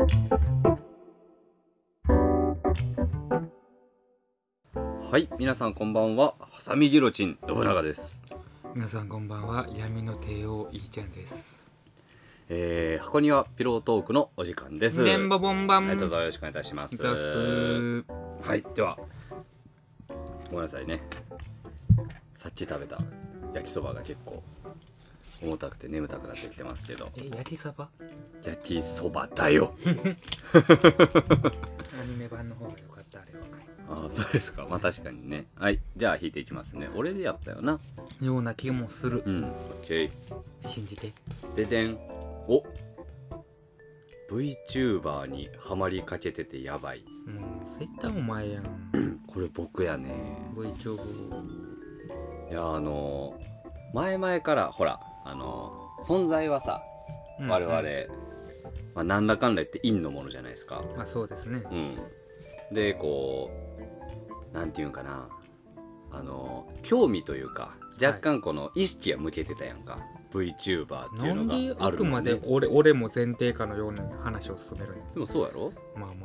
はい、皆さんこんばんは。ハサミギロチン信長です。 皆さんこんばんは。闇の帝王いいちゃんです。 箱庭ピロートークのお時間です。 レンボボンバン。 はい、どうぞよろしくお願いいたします。はい、ではごめんなさいね。さっき食べた焼きそばが結構重たくて眠たくなってきてますけど。 焼きそば？ 焼きそばだよ。 アニメ版の方が良かった。あれは。 ああ、そうですか。まあ確かにね。はい、じゃあ引いていきますね。俺でやったよな。 ような気もする。 うん、オッケー。 信じて。 ででん。お、 VTuber にハマりかけててやばい。 絶対お前やん。 これ僕やね。 VTuber。 いや前々からほら存在はさ、我々、まあ、何らかんら言って陰のものじゃないですか。 まあそうですね。 でこうなんていうんかな、興味というか若干この意識は向けてたやんか、VTuber っていうのがあるのね。 なんであくまで俺も前提かのように話を進めるんや。 でもそうやろ。 まあ。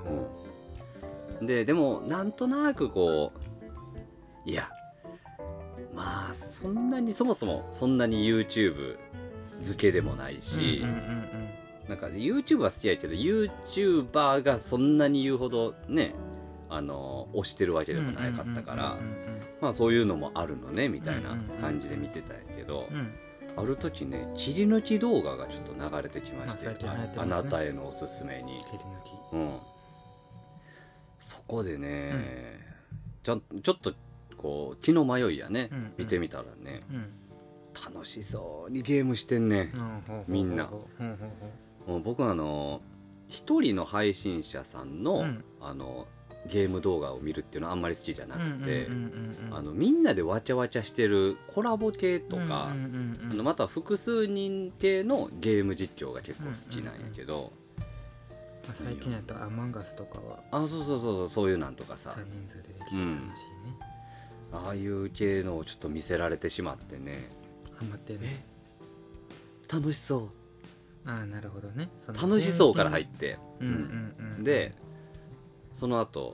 でもなんとなくこう、いやまあそんなにそもそもそんなに YouTube 付けでもないし、なんか YouTube は好きやけど YouTuber がそんなに言うほどね推してるわけでもなかったから、まあそういうのもあるのねみたいな感じで見てたんやけど、ある時ね切り抜き動画がちょっと流れてきまして、あなたへのおすすめに切り抜き、 そこでね、ちょっとこう気の迷いやね、見てみたらね、楽しそうにゲームしてんね、みんな。僕は一人の配信者さんの、ゲーム動画を見るっていうのはあんまり好きじゃなくて、みんなでわちゃわちゃしてるコラボ系とか、また複数人系のゲーム実況が結構好きなんやけど、 最近やとアマンガスとかはそういうなんとかさ、 多人数でできて楽しいね、 ああいう系のをちょっと見せられてしまってね、 ハマってね、 楽しそう、 なるほどね、 楽しそうから入って、でその後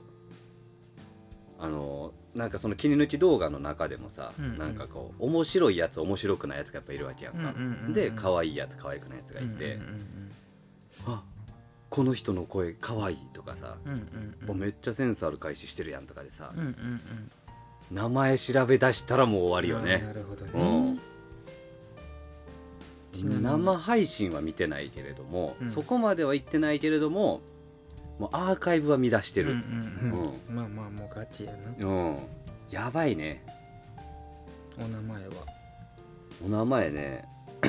なんかその切り抜き動画の中でもさ、なんかこう面白いやつ面白くないやつがやっぱいるわけやんか、で可愛いやつ可愛くないやつがいて、あ、この人の声可愛いとかさ、めっちゃセンスある返ししてるやんとかでさ、名前調べ出したらもう終わりよね。 なるほどね。 生配信は見てないけれども、そこまでは行ってないけれども、もうアーカイブは見出してる。 まあもうガチやな。 やばいね。 お名前は？ お名前ね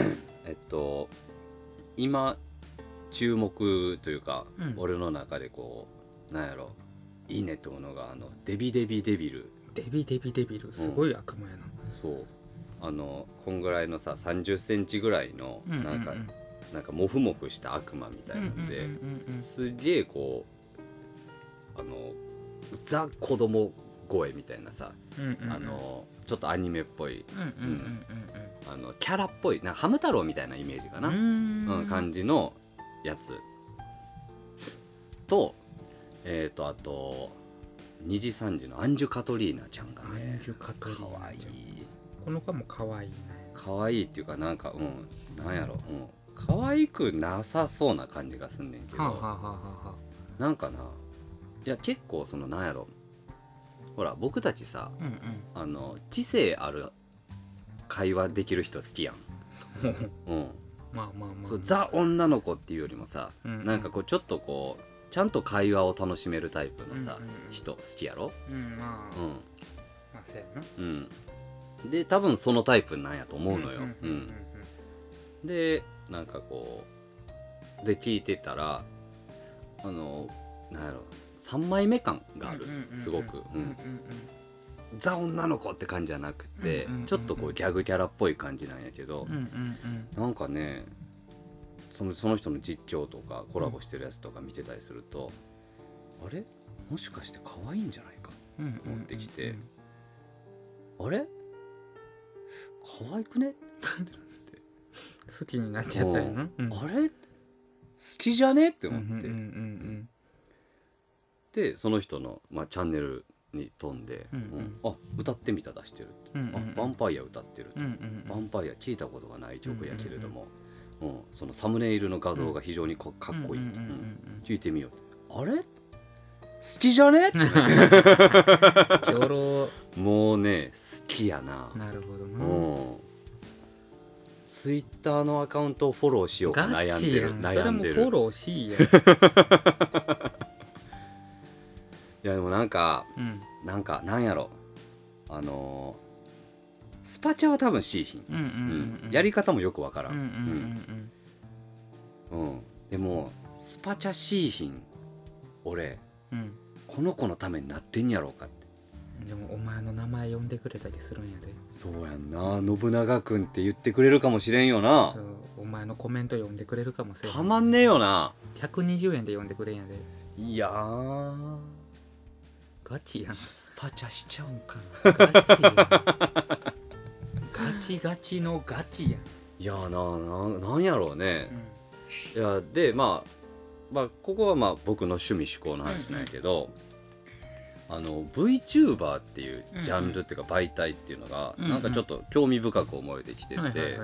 今注目というか、俺の中でこうなんやろいいねってものがデビデビデビル。 デビルすごい悪魔やな。 そうこんぐらいのさ30センチぐらいのなんかモフモフした悪魔みたいなので、すげえこうザ子供声みたいなさ、ちょっとアニメっぽいキャラっぽいな、ハム太郎みたいなイメージかな、感じのやつとあと2時3時のアンジュカトリーナちゃんがね、かわいい。 この子もかわいいね。 かわいいっていうかなんかなんやろ、かわいくなさそうな感じがすんねんけど、なんかないや結構そのなんやろ、ほら僕たちさ、知性ある会話できる人好きやん。そうザ女の子っていうよりもさ、なんかこうちょっとこうちゃんと会話を楽しめるタイプのさ、人好きやろ。 まあそうやな。 で多分そのタイプなんやと思うのよ。でなんかこうで聞いてたらなんやろ3枚目感がある、すごく。ザ女の子って感じじゃなくて、ちょっとこうギャグキャラっぽい感じなんやけど、なんかねその人の実況とかコラボしてるやつとか見てたりすると、あれもしかして可愛いんじゃないか思ってきて、あれ可愛くねって好きになっちゃったよな。 あれきじゃねってうん思って、 うんうんでその人の、まあ、チャンネルに飛んで、 うんうんあ歌ってみた出してる、 うんうんうんあヴァンパイア歌ってる、 うんうんうんヴァンパイア聞いたことがない曲やけれども、そのサムネイルの画像が非常にかっこいい、 うんうんうんうん聞いてみようって、あれ好きじゃねってちょろもうね好きやな。 なるほどツイッターのアカウントをフォローしようかな。ガ悩んでるチやん。それ悩んでる。 もフォローしいや。 いやでもなんかうんなんやろスパチャは多分しいひん、 うんうんうんやり方もよくわからん、 うんうんでもスパチャしいひん俺うんこの子のためになってんやろうかって。 うん。でもお前の名前呼んでくれたりするんやで。 そうやんな、信長くんって言ってくれるかもしれんよな。 そうお前のコメント読んでくれるかもしれん。 たまんねえよな。 120円で読んでくれんやで。 いやーガチやん。 スパチャしちゃうんかガチやん。ガチガチのガチやん。 いやなんやろうね、いやでまあここはまあ僕の趣味嗜好の話なんやけど、VTuber っていうジャンルっていうか媒体っていうのがなんかちょっと興味深く思えてきてて、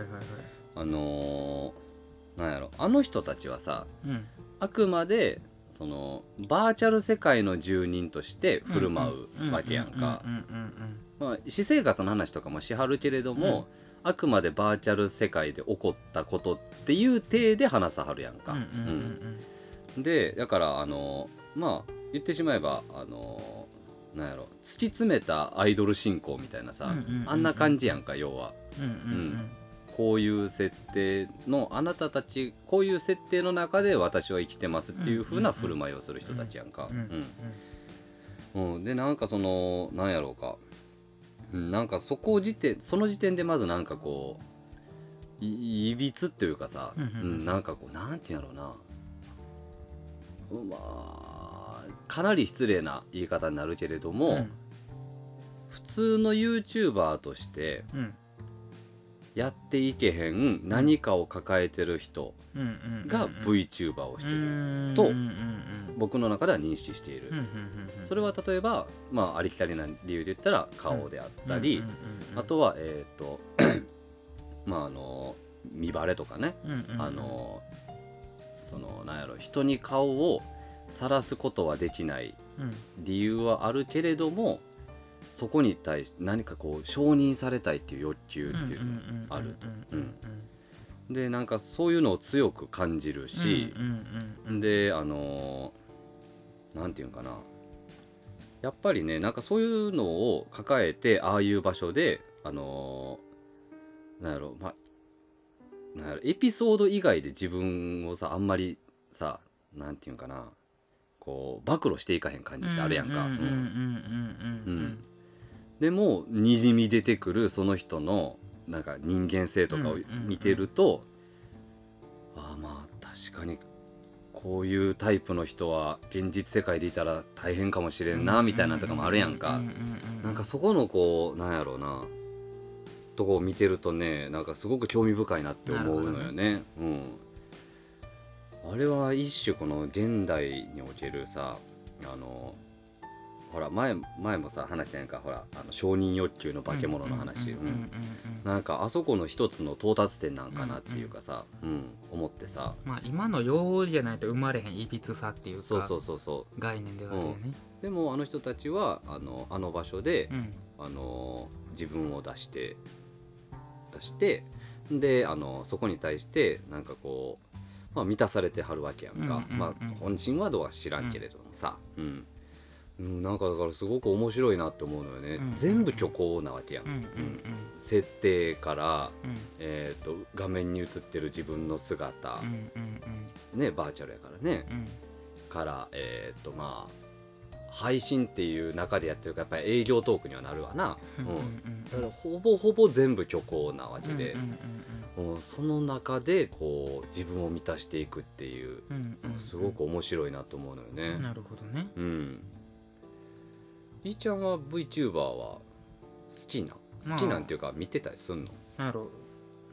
なんやろあの人たちはさ、あくまでそのバーチャル世界の住人として振る舞うわけやんか。私生活の話とかもしはるけれども、あくまでバーチャル世界で起こったことっていう体で話さはるやんか。でだからまあ言ってしまえばなんやろ突き詰めたアイドル進行みたいなさ、あんな感じやんか要は。こういう設定のあなたたちこういう設定の中で私は生きてますっていう風な振る舞いをする人たちやんか。でなんかそのなんやろうか、なんかその時点でまずなんかこういびつっていうかさ、なんかこうなんていうんやろうな、まあかなり失礼な言い方になるけれども、普通の YouTuber としてやっていけへん何かを抱えてる人が VTuber をしてると僕の中では認識している。それは例えば、まあ、ありきたりな理由で言ったら顔であったり、あとはまあ見バレとかね、そのなんやろ人に顔を晒すことはできない理由はあるけれども、そこに対して何かこう承認されたいっていう欲求っていうのがあると。でなんかそういうのを強く感じるし、でなんていうんかな、やっぱりねなんかそういうのを抱えてああいう場所でなんやろエピソード以外で自分をさあんまりさなんていうんかなこう暴露していかへん感じってあるやんか。でもにじみ出てくるその人のなんか人間性とかを見てると、ああまあ確かにこういうタイプの人は現実世界でいたら大変かもしれんなみたいなのとかもあるやんか。なんかそこのこうなんやろうなとこを見てるとね、なんかすごく興味深いなって思うのよね。あれは一種この現代におけるさほら前もさ話したやんか、ほら承認欲求の化け物の話、なんかあそこの一つの到達点なんかなっていうかさ、思ってさ、 まあ今のようじゃないと生まれへんいびつさっていうか、 そう概念ではあるよね。 でもあの人たちはあの場所で、自分を出してでそこに対してなんかこう、満たされてはるわけやんか。本心はどうは知らんけれどもさ、なんかだからすごく面白いなって思うのよね。全部虚構なわけやん。設定から、画面に映ってる自分の姿、ねバーチャルやからね、からまあ配信っていう中でやってるからやっぱり営業トークにはなるわな。だからほぼ全部虚構なわけで、その中でこう自分を満たしていくっていう、すごく面白いなと思うのよね。 なるほどね。 いーちゃんは VTuber は好きなんていうか見てたりすんの？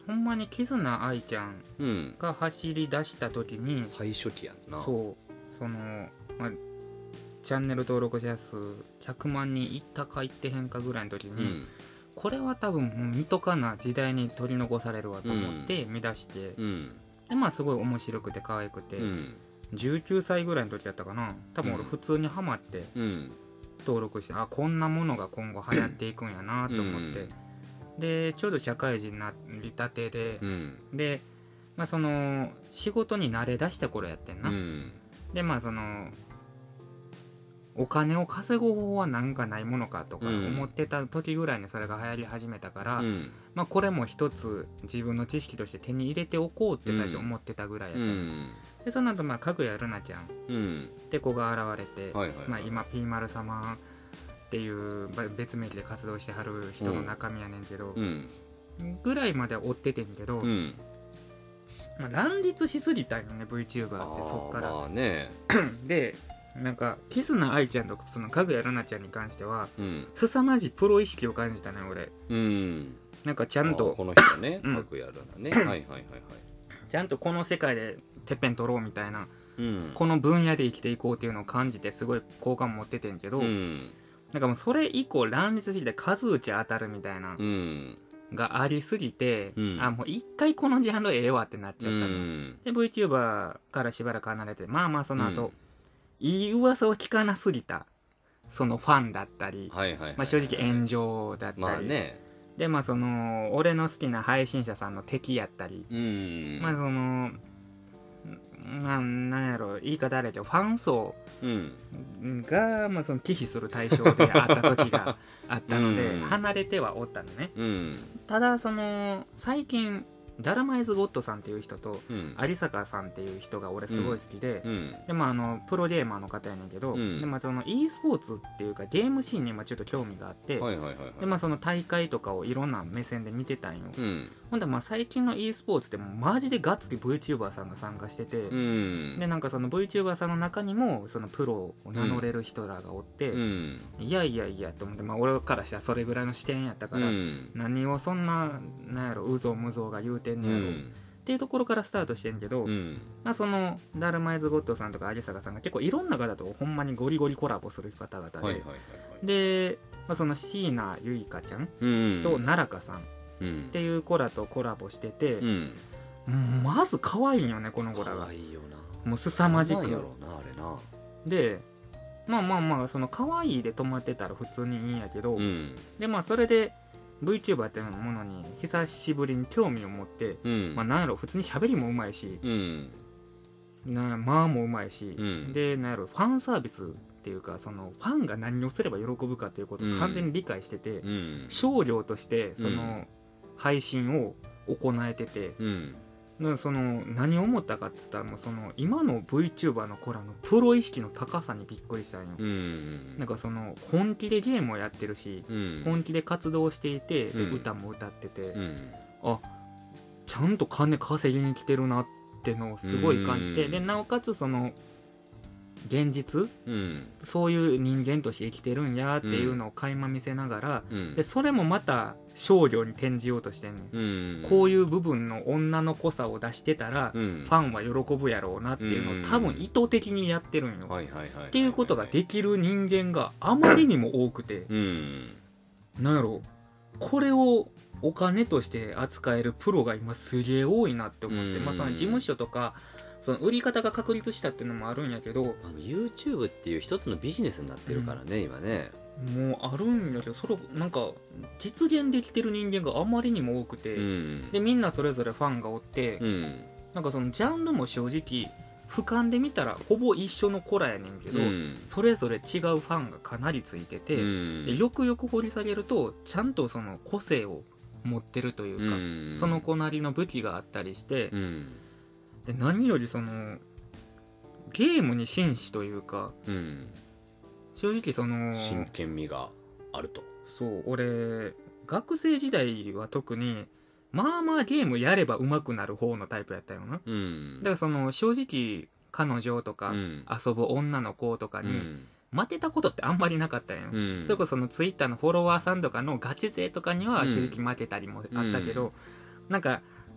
ほんまにキズナアイちゃんうんが走り出した時に、 最初期やんな。 そうその、まあ、チャンネル登録者数100万人いったかいってへんかぐらいの時に、 うんこれは多分もう見とかな時代に取り残されるわと思って見出して、 うんでまあすごい面白くて可愛くて、 うん 19歳ぐらいの時やったかな、多分俺普通にハマってうん登録して、あこんなものが今後流行っていくんやなと思って、でちょうど社会人になりたてで、で、まあ、その仕事に慣れ出した頃やってんな、でまあそのお金を稼ぐ方法はなんかないものかとか思ってた時ぐらいにそれが流行り始めたから、まあ、これも一つ自分の知識として手に入れておこうって最初思ってたぐらいやった、でその後まあかぐやるなちゃんって子が現れて、まあ、今ピーマル様っていう別名義で活動してはる人の中身やねんけど、ぐらいまでは追っててんけど、まあ、乱立しすぎたんよね VTuber ってそっから、 まあね、 でなんかキスナアイちゃんとそのかぐやるなちゃんに関しては、凄まじいプロ意識を感じたね俺。なんかちゃんとこの人ね、かぐやるなね、はいはいはいはい、 ちゃんとこの世界でてっぺん取ろうみたいな、この分野で生きていこうっていうのを感じてすごい好感持っててんけど、なんかもうそれ以降乱立すぎて数打ち当たるみたいな、がありすぎて、あもう一回このジャンルええわってなっちゃったの、で VTuber からしばらく離れて、まあまあその後、いい噂を聞かなすぎたそのファンだったり、まあ正直炎上だったり、まあね、でまあその俺の好きな配信者さんの敵やったり、まあそのなんやろ言い方あれやけどファン層が、まあ、その忌避する対象であった時があったので離れてはおったのね、ただその最近ダラマイズゴッドさんっていう人と、有坂さんっていう人が俺すごい好きで、でまあプロゲーマーの方やねんけど、でまあその e スポーツっていうかゲームシーンに今ちょっと興味があって、でまあその大会とかをいろんな目線で見てたんよ、ほんでまあ最近の e スポーツってもうマジでガッツリ VTuber さんが参加してて、でなんかその VTuber さんの中にもそのプロを名乗れる人らがおって、いやいやいやと思って、まあ俺からしたらそれぐらいの視点やったから、何をそんななんやろうぞうむぞうが言うてんねやろ、っていうところからスタートしてんけど、まあそのダルマイズゴッドさんとか有坂さんが結構いろんな方とほんまにゴリゴリコラボする方々で、で、まあ、その椎名結花ちゃんと奈良香さんっていう子らとコラボしてて、まず可愛いよねこの子らが。 可愛いよな。 もう凄まじく。 なんやろうなあれな。 でまあまあまあその可愛いで止まってたら普通にいいんやけど、でまあそれでVTuber っていうものに久しぶりに興味を持って、まあなんやろ普通に喋りもうまいし、まあもうまいし、でなんやろファンサービスっていうかそのファンが何をすれば喜ぶかっていうことを完全に理解してて、商業としてその配信を行えてて、その何を思ったかって言ったらもうその今の VTuber の子らのプロ意識の高さにびっくりしたんよ、なんかその本気でゲームをやってるし、本気で活動していて、で歌も歌ってて、あちゃんと金稼ぎに来てるなってのをすごい感じて、でなおかつその現実、そういう人間として生きてるんやっていうのを垣間見せながら、でそれもまた商業に転じようとしてんねん、こういう部分の女の子さを出してたら、ファンは喜ぶやろうなっていうのを多分意図的にやってるんよ、っていうことができる人間があまりにも多くて、なんやろこれをお金として扱えるプロが今すげえ多いなって思って、まあその事務所とかその売り方が確立したっていうのもあるんやけど、 YouTube っていう一つのビジネスになってるからね、今ねもうあるんやけど、それをなんか実現できてる人間があまりにも多くて、でみんなそれぞれファンがおって、なんかそのジャンルも正直俯瞰で見たらほぼ一緒の子らやねんけど、それぞれ違うファンがかなりついてて、でよくよく掘り下げるとちゃんとその個性を持ってるというか、その子なりの武器があったりして、で何よりそのゲームに真摯というか、正直その真剣味があると。 そう俺学生時代は特にまあまあゲームやれば上手くなる方のタイプやったよな、だからその正直彼女とか、遊ぶ女の子とかに、待てたことってあんまりなかったんよ、それこそそのツイッターのフォロワーさんとかのガチ勢とかには正直負けたりもあったけど、なんか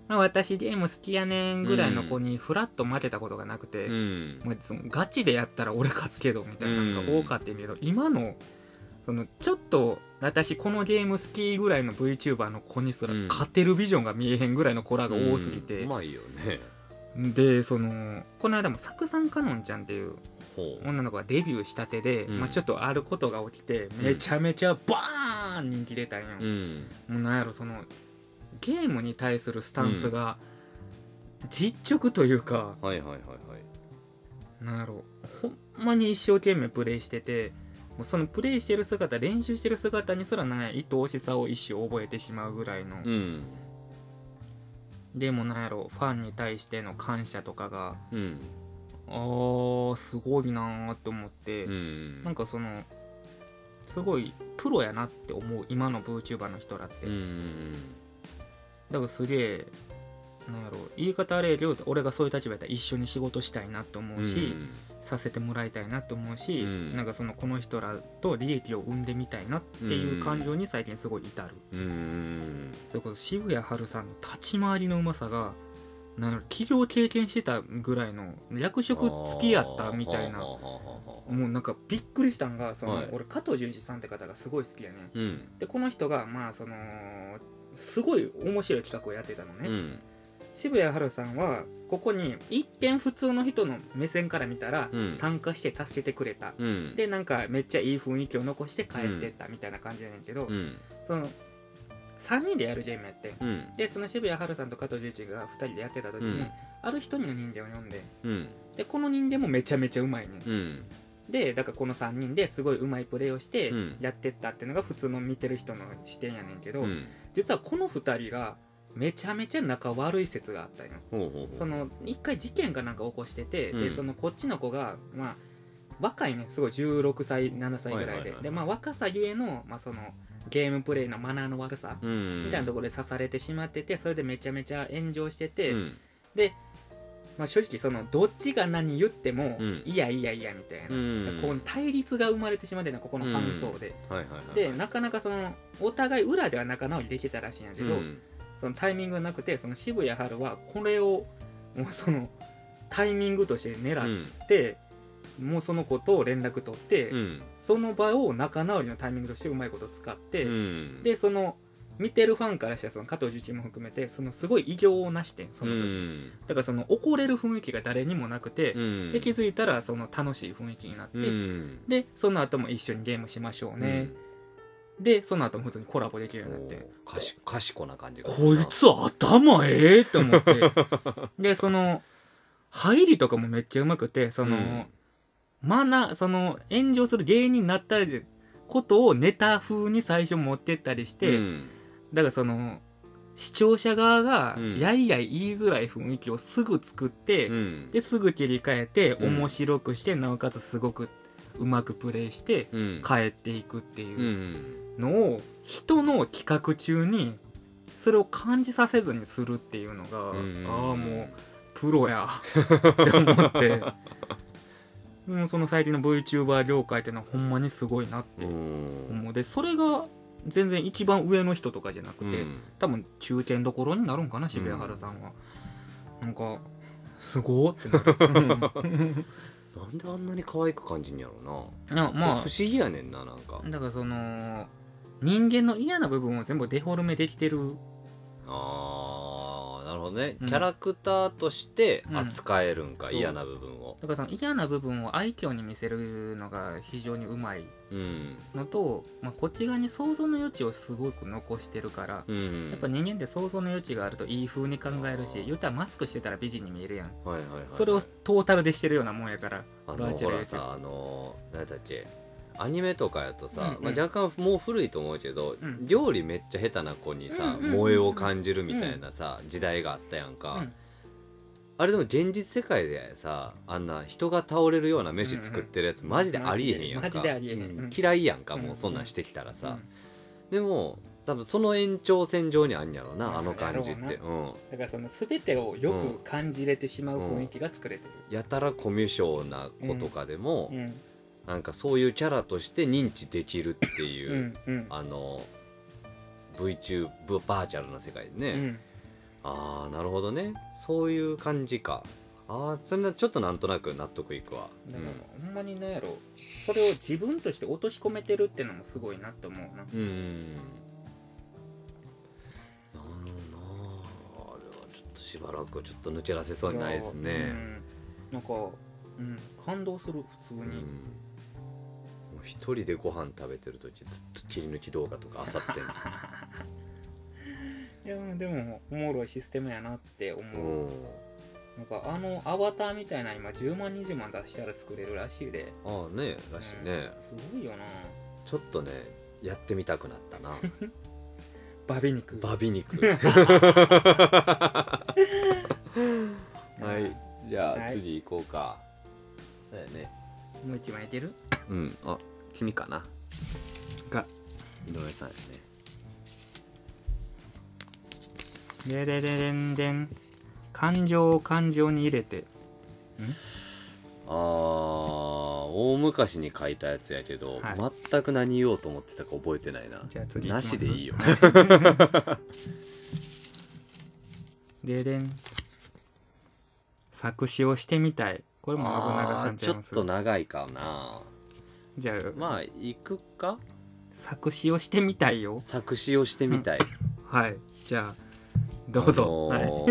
まあ、私ゲーム好きやねんぐらいの子にフラッと負けたことがなくて、まあ、そのガチでやったら俺勝つけどみたいなのが多かったけど、今のそのちょっと私このゲーム好きぐらいの VTuber の子にすら勝てるビジョンが見えへんぐらいの子らが多すぎて、 うまいよね。 でこの間もサクサンカノンちゃんっていう女の子がデビューしたてで、まあ、ちょっとあることが起きてめちゃめちゃバーン人気出たんよ、もうなんやろゲームに対するスタンスが実直というか、なんやろほんまに一生懸命プレイしてて、もうそのプレイしてる姿、練習してる姿にすらなんや愛おしさを一瞬覚えてしまうぐらいの、でもなんやろファンに対しての感謝とかが、すごいなーって思って、なんかすごいプロやなって思う今の VTuber の人らって、だからすげえなんやろ言い方あれやけど俺がそういう立場やったら一緒に仕事したいなって思うし、させてもらいたいなって思うし、なんかこの人らと利益を生んでみたいなっていう感情に最近すごい至る。それこそ渋谷春さんの立ち回りのうまさが企業経験してたぐらいの役職付きやったみたいな、もうなんかびっくりしたんが俺加藤純一さんって方がすごい好きやね、でこの人がまあすごい面白い企画をやってたのね、渋谷春さんはここに一見普通の人の目線から見たら参加して助けてくれた、でなんかめっちゃいい雰囲気を残して帰ってったみたいな感じやねんけど、3人でやるゲームやって、でその渋谷春さんと加藤純一が2人でやってた時に、ある一人の人間を呼んで、でこの人間もめちゃめちゃうまいね、でだからこの3人ですごいうまいプレーをしてやってったっていうのが普通の見てる人の視点やねんけど、実はこの2人がめちゃめちゃ仲悪い説があったんよ。一回事件かなんか起こしてて、でこっちの子がまあ若いね、すごい16歳7歳ぐらいで、でまあ若さゆえのまあゲームプレイのマナーの悪さみたいなところで刺されてしまってて、それでめちゃめちゃ炎上してて、で、まあ、正直どっちが何言っても、いやいやいやみたいな、こう対立が生まれてしまってるのここの感想で、でなかなかお互い裏では仲直りできたらしいんやけど、そのタイミングがなくて渋谷春はこれをもうタイミングとして狙って、もうその子と連絡取って、その場を仲直りのタイミングとしてうまいこと使って、で見てるファンからしたら加藤純一も含めてすごい偉業を成してその時、だから怒れる雰囲気が誰にもなくて、で気づいたら楽しい雰囲気になって、でその後も一緒にゲームしましょうね、でその後も普通にコラボできるようになって、 賢な感じがこいつ頭ええって思ってで入りとかもめっちゃうまくて炎上する原因になったことをネタ風に最初持ってったりして、だから視聴者側がやいやい言いづらい雰囲気をすぐ作って、ですぐ切り替えて面白くして、なおかつすごくうまくプレイして帰っていくっていうのを人の企画中にそれを感じさせずにするっていうのが、もうプロやって思って最近の VTuber 業界っていうのはほんまにすごいなって思う。でそれが全然一番上の人とかじゃなくて、多分中堅どころになるんかな、渋谷春さんは。なんかすごーってなるなんであんなに可愛く感じんやろうな。まあ不思議やねんな、なんか。 だから人間の嫌な部分を全部デフォルメできてる。 なるほどね、キャラクターとして扱えるんか、嫌な部分を。 だから嫌な部分を愛嬌に見せるのが非常にうまいのと、こっち側に想像の余地をすごく残してるから、やっぱ人間って想像の余地があるといい風に考えるし、言ったらマスクしてたら美人に見えるやん、それをトータルでしてるようなもんやから。 バーチャルやつ、何だっけ、アニメとかやとさ、若干もう古いと思うけど、料理めっちゃ下手な子にさ、萌えを感じるみたいなさ、時代があったやんか、あれでも現実世界でさ、あんな人が倒れるような飯作ってるやつマジでありえへんやんか、嫌いやんか、もうそんなんしてきたらさ、でも多分その延長線上にあんやろな、あの感じって。 だから全てをよく感じれてしまう雰囲気が作れてる。 やたらコミュ障な子とかでも、なんかそういうキャラとして認知できるっていうVTuber バーチャルな世界でね、 ああなるほどね、そういう感じか。ああそれはちょっとなんとなく納得いくわ。 だからほんまになんやろ、それを自分として落とし込めてるってのもすごいなって思うな。 なるほどな。あれはちょっとしばらくちょっと抜け出せそうにないですね。 なんか、感動する普通に。もう一人でご飯食べてる時ずっと切り抜き動画とか漁ってんのいやでもおもろいシステムやなって思う。なんかアバターみたいな今10万20万出したら作れるらしいで。 ああねらしいね、 すごいよな。 ちょっとねやってみたくなったなバビ肉はいじゃあ次行こうか。そうやね、 もう一枚いける？ あ君かなが井上さんやね。でででんでん、感情を感情に入れて。 大昔に書いたやつやけど、はい、全く何言おうと思ってたか覚えてないな。 じゃあ次なしでいいよででん、作詞をしてみたい。これも信長さんちゃいます？ ちょっと長いかな。 じゃあまあ行くか。 作詞をしてみたいよ。 作詞をしてみたいはいじゃあどうぞ、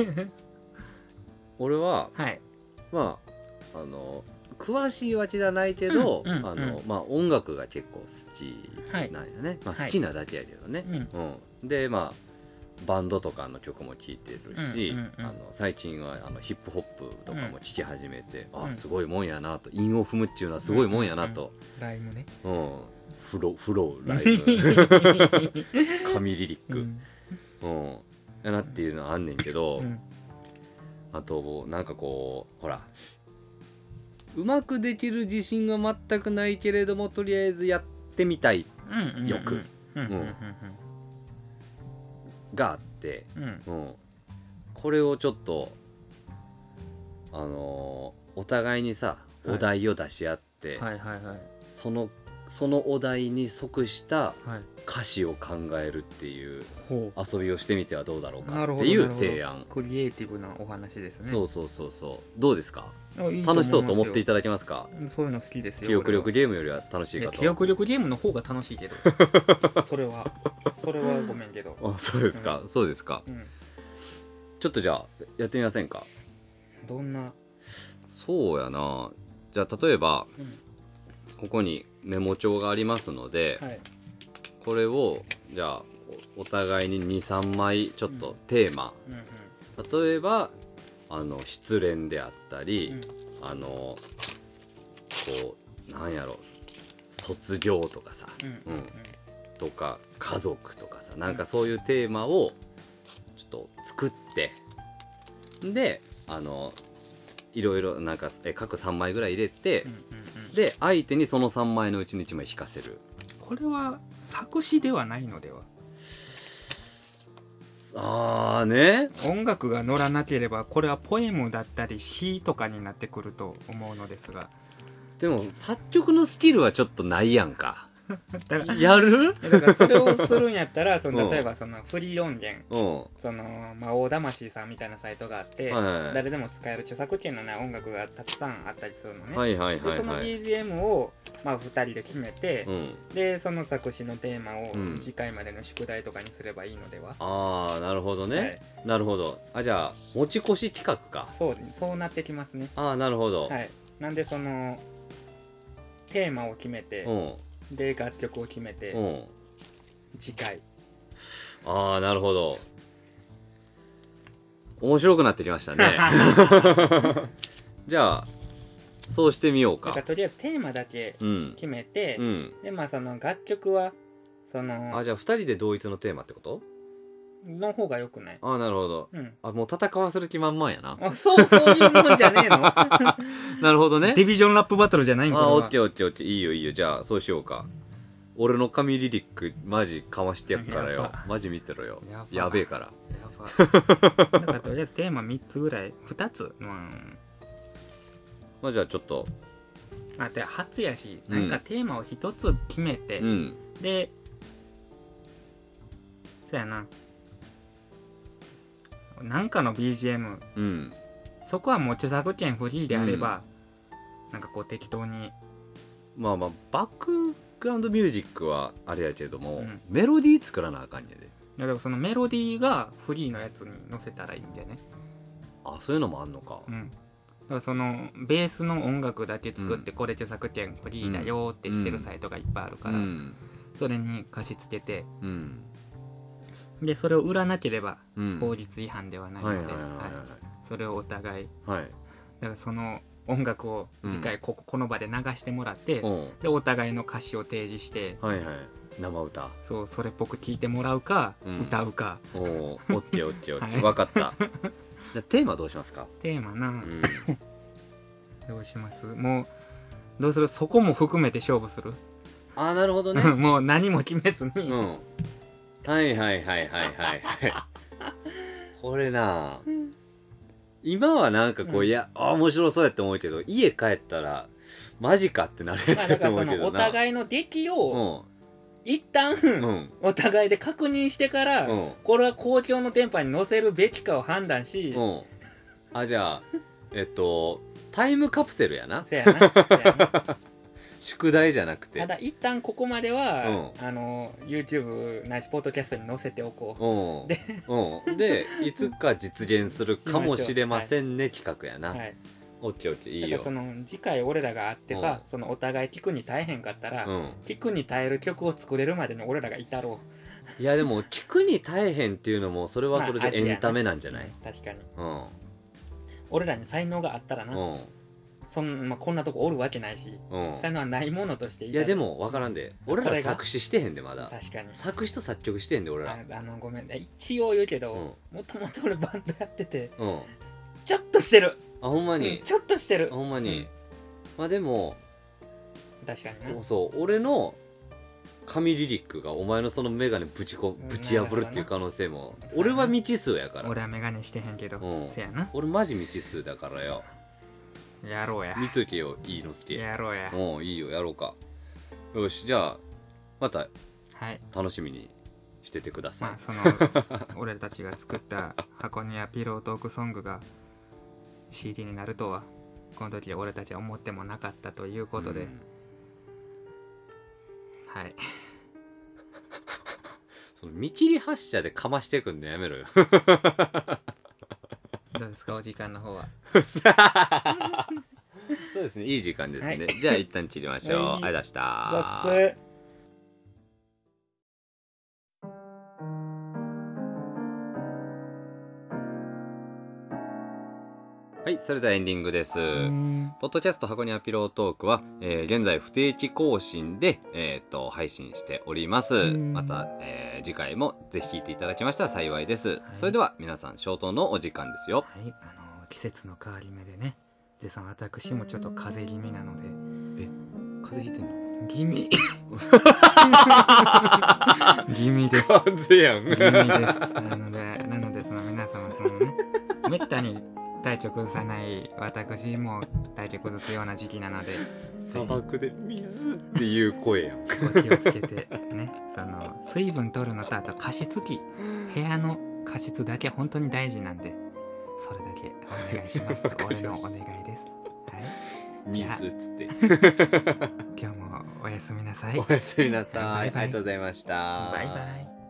俺は、まあ詳しいわけじゃないけど、まあ音楽が結構好きなんやね、まあ好きなだけやけどね、でまあバンドとかの曲も聴いてるし、最近はヒップホップとかも聴き始めて、すごいもんやなと、韻を踏むっていうのはすごいもんやなと、 ライムね、 フローライム神リリック、やなっていうのはあんねんけど、あとなんかこうほらうまくできる自信は全くないけれどもとりあえずやってみたい欲があって、これをちょっとお互いにさお題を出し合って、そのお題に即した歌詞を考えるっていう遊びをしてみてはどうだろうかっていう提案。 クリエイティブなお話ですね。 そうどうですか？楽しそうと思っていただけますか？ そういうの好きですよ。 記憶力ゲームよりは楽しいかと。 記憶力ゲームの方が楽しいけどそれはごめんけど。 そうですか、そうですか、ちょっとじゃあやってみませんか？ どんな？ そうやな、じゃあ例えば、ここにメモ帳がありますので、これをじゃあお互いに 2,3 枚ちょっとテーマ、例えば失恋であったり、こうなんやろ卒業とかさ、とか家族とかさ、なんかそういうテーマをちょっと作って、でいろいろなんか各3枚ぐらい入れて、で相手にその3枚のうちに1枚引かせる。 これは作詞ではないのでは？音楽が乗らなければこれはポエムだったり詩とかになってくると思うのですが、 でも作曲のスキルはちょっとないやんかやる？ だからそれをするんやったら例えばそのフリー音源、大魂さんみたいなサイトがあって、誰でも使える著作権のない音楽がたくさんあったりするのね。でその BGM を2人で決めて、でその作詞のテーマを次回までの宿題とかにすればいいのでは？ なるほどね、なるほど。じゃあ持ち越し企画か。 そうなってきますね。 なるほど。 なんでそのテーマを決めて、で楽曲を決めて、次回。 なるほど、面白くなってきましたねじゃあそうしてみようか。 だからとりあえずテーマだけ決めて、でその楽曲はじゃあ 2人で同一のテーマってことの方がよくない？ なるほど、もう戦わせる気満々やな。 そういうもんじゃねえのなるほどね。 ディビジョンラップバトルじゃないんか。 オッケーいいよじゃあそうしようか。俺の神リリックマジかましてやっからよ。マジ見てろよ。やべえから。 だからとりあえずテーマ3つぐらい、2つ、 じゃあちょっと初やし、なんかテーマを1つ決めて、でそうやな、 なんかの BGM、 うん、 そこはもう著作権フリーであれば、なんかこう適当にまあバックグラウンドミュージックはあれやけども、メロディー作らなあかんやで。 いやだからそのメロディーがフリーのやつに載せたらいいんじゃね。 あ、そういうのもあんのか。 だからそのベースの音楽だけ作って、これ著作権フリーだよってしてるサイトがいっぱいあるから、それに貸し付けて、でそれを売らなければ法律違反ではないので、それをお互い、だからその音楽を次回この場で流してもらって、でお互いの歌詞を提示して、 生歌、 そうそれっぽく聴いてもらうか、歌うか。 オッケーオッケーオッケー、分かった。じゃあテーマどうしますか？ テーマな、どうします？もうどうする？そこも含めて勝負する？ ああ、なるほどね。 もう何も決めずに、 はいはいはいはいはいこれな、今はなんかこう、いや面白そうやって思うけど、家帰ったらマジかってなるやつやと思うけどな。 お互いの出来を、一旦、お互いで確認してから、これは公共の電波に載せるべきかを判断し、 あ、じゃあタイムカプセルやな。 せやな宿題じゃなくて、 ただ一旦ここまでは、YouTube ないしポッドキャストに載せておこう。でいつか実現するかもしれませんね、企画やな。オッケーオッケー、いいよ。 だからその次回俺らが会ってさ、そのお互い聞くに大変かったら、聞くに耐える曲を作れるまでに俺らがいたろう。いやでも聞くに大変っていうのもそれはそれでエンタメなんじゃない？ 確かに。俺らに才能があったらな、こんなとこおるわけないし、才能はないものとしていた。 いやでも分からんで、俺ら作詞してへんで、まだ。 確かに作詞と作曲してへんで俺ら。 ごめんね、一応言うけど、もともと俺バンドやってて、ちょっとしてる。 あ、ほんまに、 ちょっとしてる。 ほんまに、まあでも確かにな。 そう俺の神リリックがお前のそのメガネぶち破るっていう可能性も。俺は未知数やから。 俺はメガネしてへんけど、せやな。 俺マジ未知数だからよ。 やろうや。 見とけよ、いいの好き。 やろうや。 いいよ、やろうか。よし、じゃあまた楽しみにしててください。 その俺たちが作った箱庭ピロートークソングが CD になるとはこの時俺たちは思ってもなかったということで、 その見切り発車でかましてくんのやめろよ。 どうですか、お時間の方は。 そうですね、いい時間ですね。じゃあ一旦切りましょう。ありがとうございました。はい、それではエンディングです。ポッドキャスト箱庭ピロートークは、現在不定期更新で、配信しております。また、次回もぜひ聞いていただけましたら幸いです。それでは皆さん、消灯のお時間ですよ。 季節の変わり目でね、ジェさん、私もちょっと風邪気味なので。 風邪ひいてんの？ 気味気味です。 風邪やん。 気味です。なのでその皆様そのね、めったに体調崩さない私も体調崩すような時期なので、 砂漠で水っていう声やん。 お気をつけてね、その水分取るのと、あと加湿器、部屋の加湿だけ本当に大事なんで、それだけお願いします。俺のお願いです。 水っつって今日もおやすみなさい。 おやすみなさい。ありがとうございました。 バイバイ。